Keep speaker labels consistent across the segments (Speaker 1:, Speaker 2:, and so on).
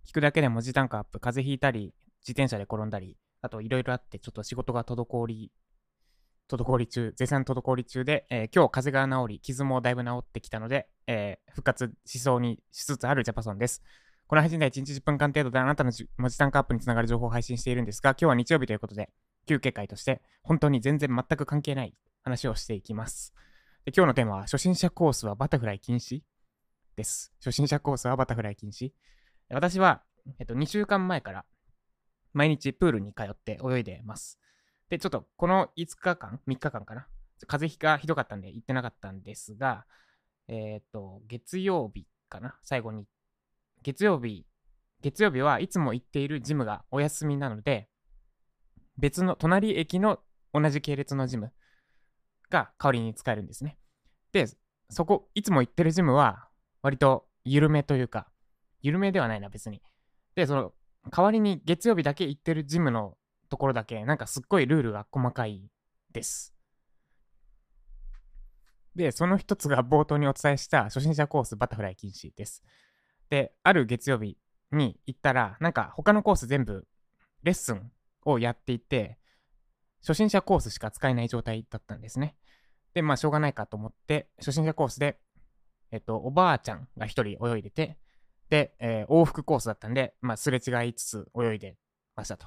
Speaker 1: 聞くだけで文字単価アップ、風邪ひいたり、自転車で転んだり、あといろいろあって、ちょっと仕事が滞り中、絶賛滞り中で、今日風邪が治り、傷もだいぶ治ってきたので、復活しそうにしつつあるジャパソンです。この配信では1日10分間程度であなたの文字単価アップにつながる情報を配信しているんですが、今日は日曜日ということで、休憩会として、本当に全然全く関係ない話をしていきます。で今日のテーマは、初心者コースはバタフライ禁止です。初心者コースはバタフライ禁止。私は、2週間前から毎日プールに通って泳いでます。で、ちょっとこの5日間、3日間かな。風邪がひどかったんで行ってなかったんですが、月曜日かな。最後に。月曜日はいつも行っているジムがお休みなので、別の隣駅の同じ系列のジムが代わりに使えるんですね。で、いつも行ってるジムは割と緩めというか、緩めではないな、別に。で、代わりに月曜日だけ行ってるジムのところだけ、なんかすっごいルールが細かいです。で、その一つが冒頭にお伝えした初心者コースバタフライ禁止です。で、ある月曜日に行ったら、なんか他のコース全部レッスンをやっていて、初心者コースしか使えない状態だったんですね。で、まあしょうがないかと思って、初心者コースで、おばあちゃんが一人泳いでて、で、往復コースだったんで、まあすれ違いつつ泳いでましたと。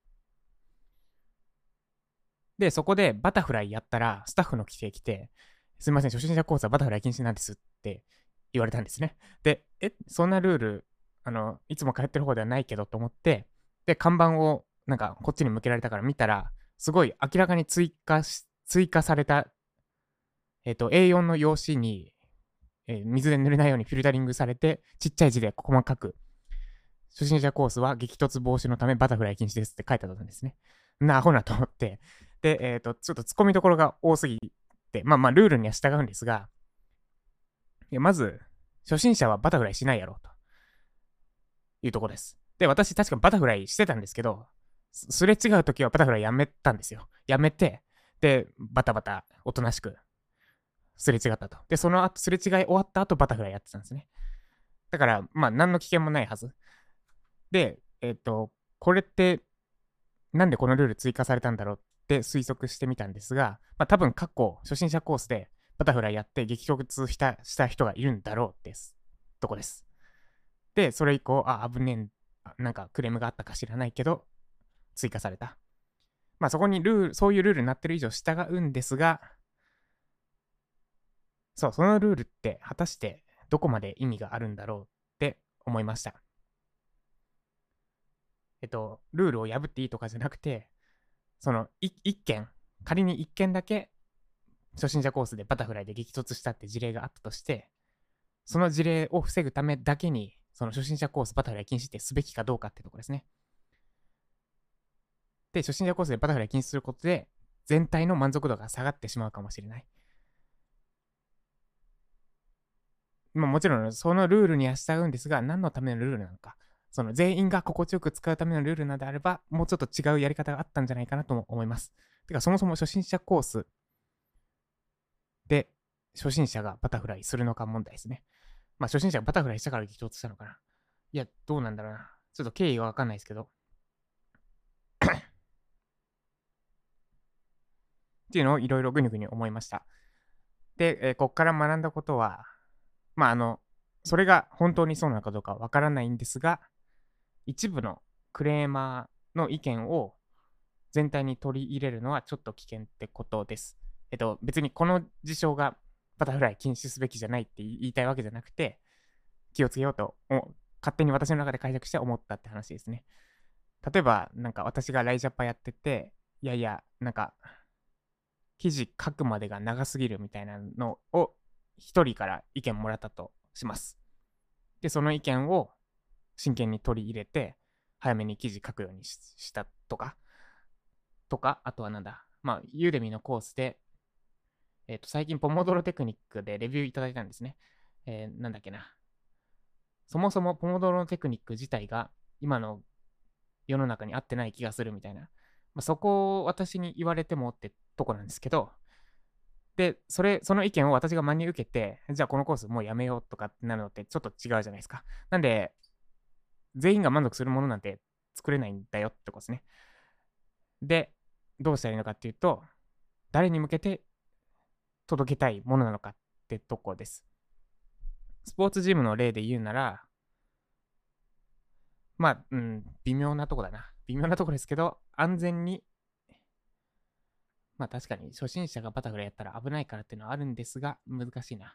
Speaker 1: で、そこでバタフライやったら、スタッフの規定来て、すみません、初心者コースはバタフライ禁止なんですって言われたんですね。で、そんなルール、いつも通ってる方ではないけどと思って、で、看板をなんかこっちに向けられたから見たら、すごい明らかに追加された、A4 の用紙に、水で濡れないようにフィルタリングされて、ちっちゃい字で細かく、初心者コースは激突防止のためバタフライ禁止ですって書いてあったんですね。なアホなと思って。で、ちょっと突っ込みどころが多すぎて、まあまあルールには従うんですが、まず、初心者はバタフライしないやろというところです。で、私確かバタフライしてたんですけど、すれ違うときはバタフライやめたんですよ。やめて、で、バタバタおとなしくすれ違ったと。で、その後、すれ違い終わった後バタフライやってたんですね。だから、まあ、何の危険もないはず。で、これって、なんでこのルール追加されたんだろうって推測してみたんですが、まあ、多分過去、初心者コースでバタフライやって激突した人がいるんだろうですとこです。で、それ以降、危ねえ、なんかクレームがあったか知らないけど、追加された。まあそこにそういうルールになってる以上従うんですが、そう、そのルールって果たしてどこまで意味があるんだろうって思いました。ルールを破っていいとかじゃなくて、一件、仮に一件だけ初心者コースでバタフライで激突したって事例があったとして、その事例を防ぐためだけに、その初心者コースバタフライ禁止ってすべきかどうかってところですね。で、初心者コースでバタフライ禁止することで、全体の満足度が下がってしまうかもしれない。まあ、もちろん、そのルールには従うんですが、何のためのルールなのか。全員が心地よく使うためのルールなのであれば、もうちょっと違うやり方があったんじゃないかなとも思います。てか、そもそも初心者コースで、初心者がバタフライするのか問題ですね。まあ、初心者がバタフライしたから激突したのかな。いや、どうなんだろうな。ちょっと経緯がわかんないですけど。っていうのをいろいろぐにゅぐにゅ思いました。で、こっから学んだことは、まあ、それが本当にそうなのかどうかわからないんですが、一部のクレーマーの意見を全体に取り入れるのはちょっと危険ってことです。別にこの事象がバタフライ禁止すべきじゃないって言いたいわけじゃなくて、気をつけようと、勝手に私の中で解釈して思ったって話ですね。例えば、なんか私がライジャパやってて、いやいや、なんか、記事書くまでが長すぎるみたいなのを一人から意見もらったとします。で、その意見を真剣に取り入れて、早めに記事書くようにしたとか、あとはなんだ、まあ、ユーデミのコースで、最近ポモドロテクニックでレビューいただいたんですね。なんだっけな。そもそもポモドロのテクニック自体が今の世の中に合ってない気がするみたいな。まあ、そこを私に言われてもってとこなんですけど、で、その意見を私が真に受けて、じゃあこのコースもうやめようとかってなるのってちょっと違うじゃないですか。なんで、 全員が満足するものなんて作れないんだよってことですね。で、どうしたらいいのかっていうと、誰に向けて届けたいものなのかってとこです。スポーツジムの例で言うなら、まあ、微妙なとこだな。微妙なとこですけど、安全に、まあ確かに初心者がバタフライやったら危ないからっていうのはあるんですが、難しいな。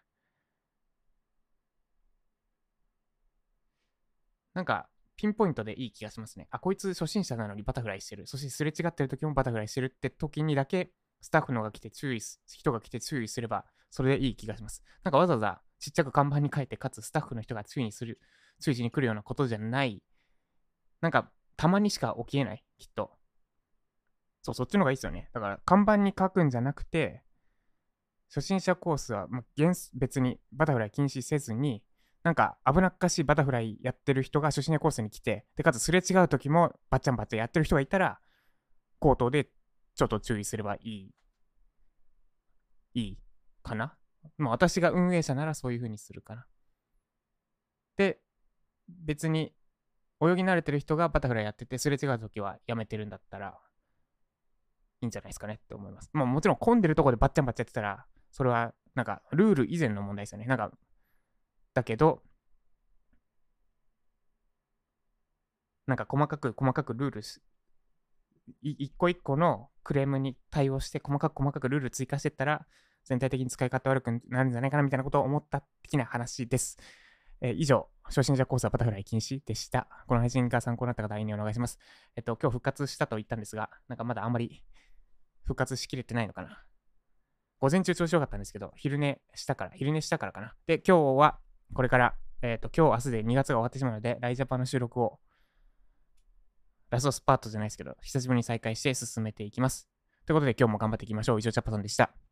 Speaker 1: なんか、ピンポイントでいい気がしますね。あ、こいつ初心者なのにバタフライしてる。そしてすれ違ってる時もバタフライしてるって時にだけ、スタッフのが来て人が来て注意すれば、それでいい気がします。なんかわざわざちっちゃく看板に書いて、かつスタッフの人が注意しに来るようなことじゃない。なんか、たまにしか起きえない、きっと。そう、そっちの方がいいですよね。だから、看板に書くんじゃなくて、初心者コースは、別にバタフライ禁止せずに、なんか危なっかしいバタフライやってる人が初心者コースに来て、で、かつすれ違う時もバッチャンバッチャンやってる人がいたら、口頭でちょっと注意すればいいかな。まあ私が運営者ならそういう風にするかな。で、別に泳ぎ慣れてる人がバタフライやってて、すれ違う時はやめてるんだったら、いいんじゃないですかねって思います。まあもちろん混んでるとこでバッチャンバッチャンやってたら、それはなんかルール以前の問題ですよね。なんか、だけど、なんか細かくルール一個一個のクレームに対応して細かくルール追加していったら全体的に使い方悪くなるんじゃないかなみたいなことを思った的な話です。以上、初心者コースはバタフライ禁止でした。この配信が参考になった方、いいねお願いします。今日復活したと言ったんですが、なんかまだあんまり復活しきれてないのかな。午前中調子よかったんですけど、昼寝したからかな。で、今日はこれから、今日明日で2月が終わってしまうので、ライジャパンの収録をラストスパートじゃないですけど、久しぶりに再開して進めていきます。ということで今日も頑張っていきましょう。以上、チャッパさんでした。